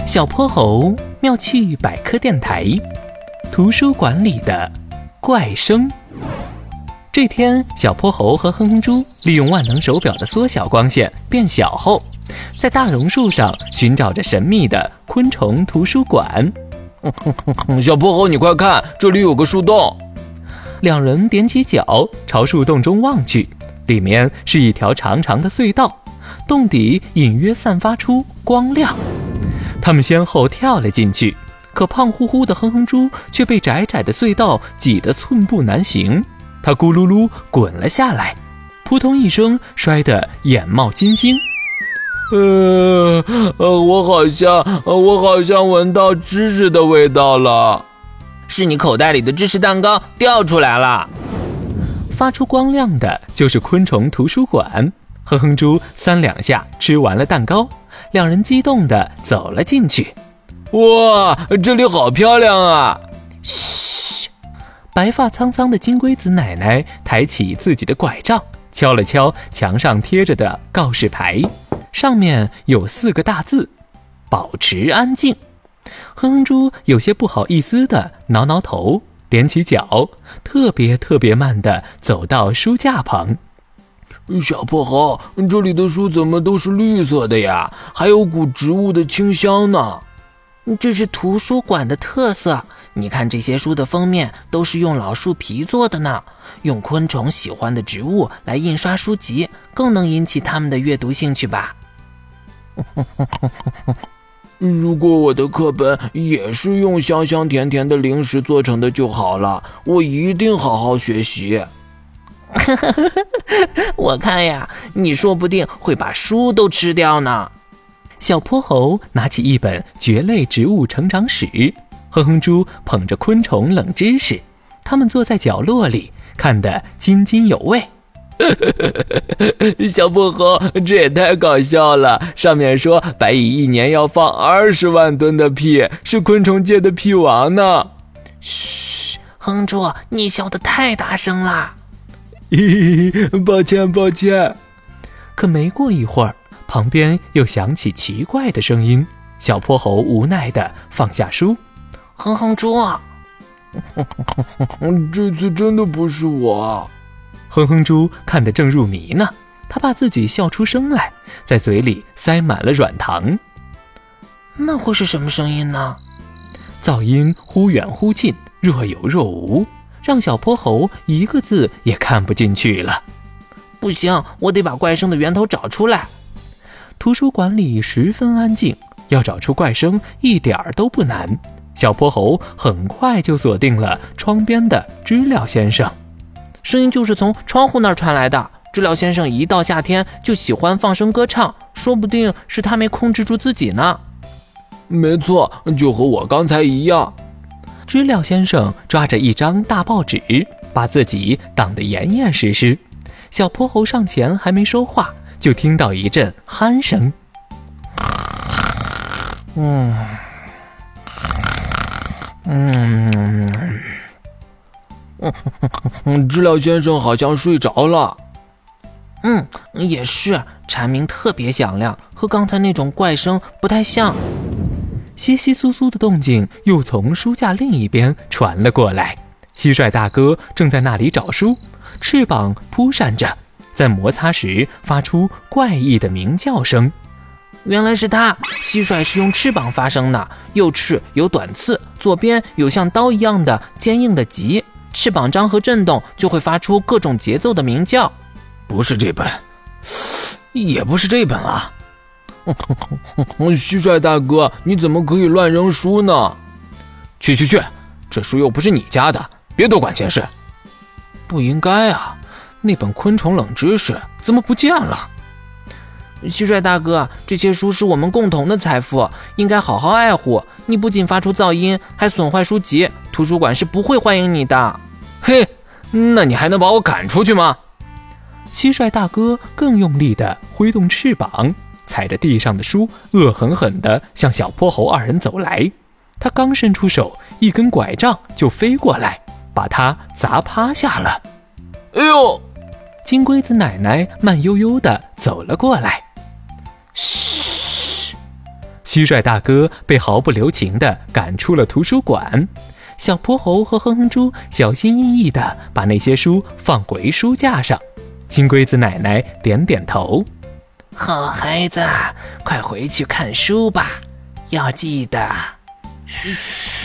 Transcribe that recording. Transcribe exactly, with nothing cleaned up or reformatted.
小泼猴妙趣百科电台，图书馆里的怪声。这天，小泼猴和哼哼猪利用万能手表的缩小光线变小后，在大榕树上寻找着神秘的昆虫图书馆。 小泼猴，你快看，这里有个树洞。 两人踮起脚朝树洞中望去，里面是一条长长的隧道，洞底隐约散发出光亮。他们先后跳了进去，可胖乎乎的哼哼猪却被窄窄的隧道挤得寸步难行，他咕噜噜滚了下来，扑通一声摔得眼冒金星。 呃，我好像我好像闻到知识的味道了。 是你口袋里的知识蛋糕掉出来了。 发出光亮的就是昆虫图书馆。哼哼猪三两下吃完了蛋糕，两人激动地走了进去。 哇，这里好漂亮啊！ 嘘，白发苍苍的金龟子奶奶抬起自己的拐杖，敲了敲墙上贴着的告示牌，上面有四个大字：保持安静。哼哼猪有些不好意思地挠挠头，踮起脚，特别特别慢地走到书架旁。 小泼猴，这里的书怎么都是绿色的呀？还有股植物的清香呢。 这是图书馆的特色，你看这些书的封面都是用老树皮做的呢，用昆虫喜欢的植物来印刷书籍，更能引起他们的阅读兴趣吧。 如果我的课本也是用香香甜甜的零食做成的就好了，我一定好好学习。 我看呀，你说不定会把书都吃掉呢。 小泼猴拿起一本蕨类植物成长史，哼哼猪捧着昆虫冷知识，他们坐在角落里看得津津有味。 小泼猴，这也太搞笑了，上面说白蚁一年要放二十万吨的屁，是昆虫界的屁王呢。 嘘，哼猪，你笑得太大声了。 抱歉抱歉。 可没过一会儿，旁边又响起奇怪的声音，小泼猴无奈地放下书。 哼哼猪， 这次真的不是我。 哼哼猪看得正入迷呢，他怕自己笑出声来，在嘴里塞满了软糖。 那会是什么声音呢？ 噪音忽远忽近，若有若无，让小泼猴一个字也看不进去了。 不行，我得把怪声的源头找出来。 图书馆里十分安静，要找出怪声一点儿都不难。小泼猴很快就锁定了窗边的知了先生。 声音就是从窗户那儿传来的。知了先生一到夏天就喜欢放声歌唱，说不定是他没控制住自己呢。 没错，就和我刚才一样。 知了先生抓着一张大报纸，把自己挡得严严实实。小泼猴上前还没说话，就听到一阵鼾声。 嗯嗯嗯，知了先生好像睡着了。 嗯，也是，蝉鸣特别响亮，和刚才那种怪声不太像。 窸窸窣窣的动静又从书架另一边传了过来。蟋蟀大哥正在那里找书，翅膀扑扇着，在摩擦时发出怪异的鸣叫声。 原来是他，蟋蟀是用翅膀发声的，右翅有短刺，左边有像刀一样的坚硬的棘，翅膀张合震动就会发出各种节奏的鸣叫。 不是这本，也不是这本啊。蟋蟀大哥，你怎么可以乱扔书呢？ 去去去，这书又不是你家的，别多管闲事。不应该啊，那本昆虫冷知识怎么不见了？ 蟋蟀大哥，这些书是我们共同的财富，应该好好爱护。你不仅发出噪音，还损坏书籍，图书馆是不会欢迎你的。 嘿，那你还能把我赶出去吗？蟋蟀大哥更用力地挥动翅膀，踩着地上的书，恶狠狠地向小泼猴二人走来。他刚伸出手，一根拐杖就飞过来，把他砸趴下了。 哎呦！ 金龟子奶奶慢悠悠地走了过来。 嘘！ 蟋蟋蟀大哥被毫不留情地赶出了图书馆。小泼猴和哼哼猪小心翼翼地把那些书放回书架上。金龟子奶奶点点头： 好孩子，快回去看书吧，要记得。嘘。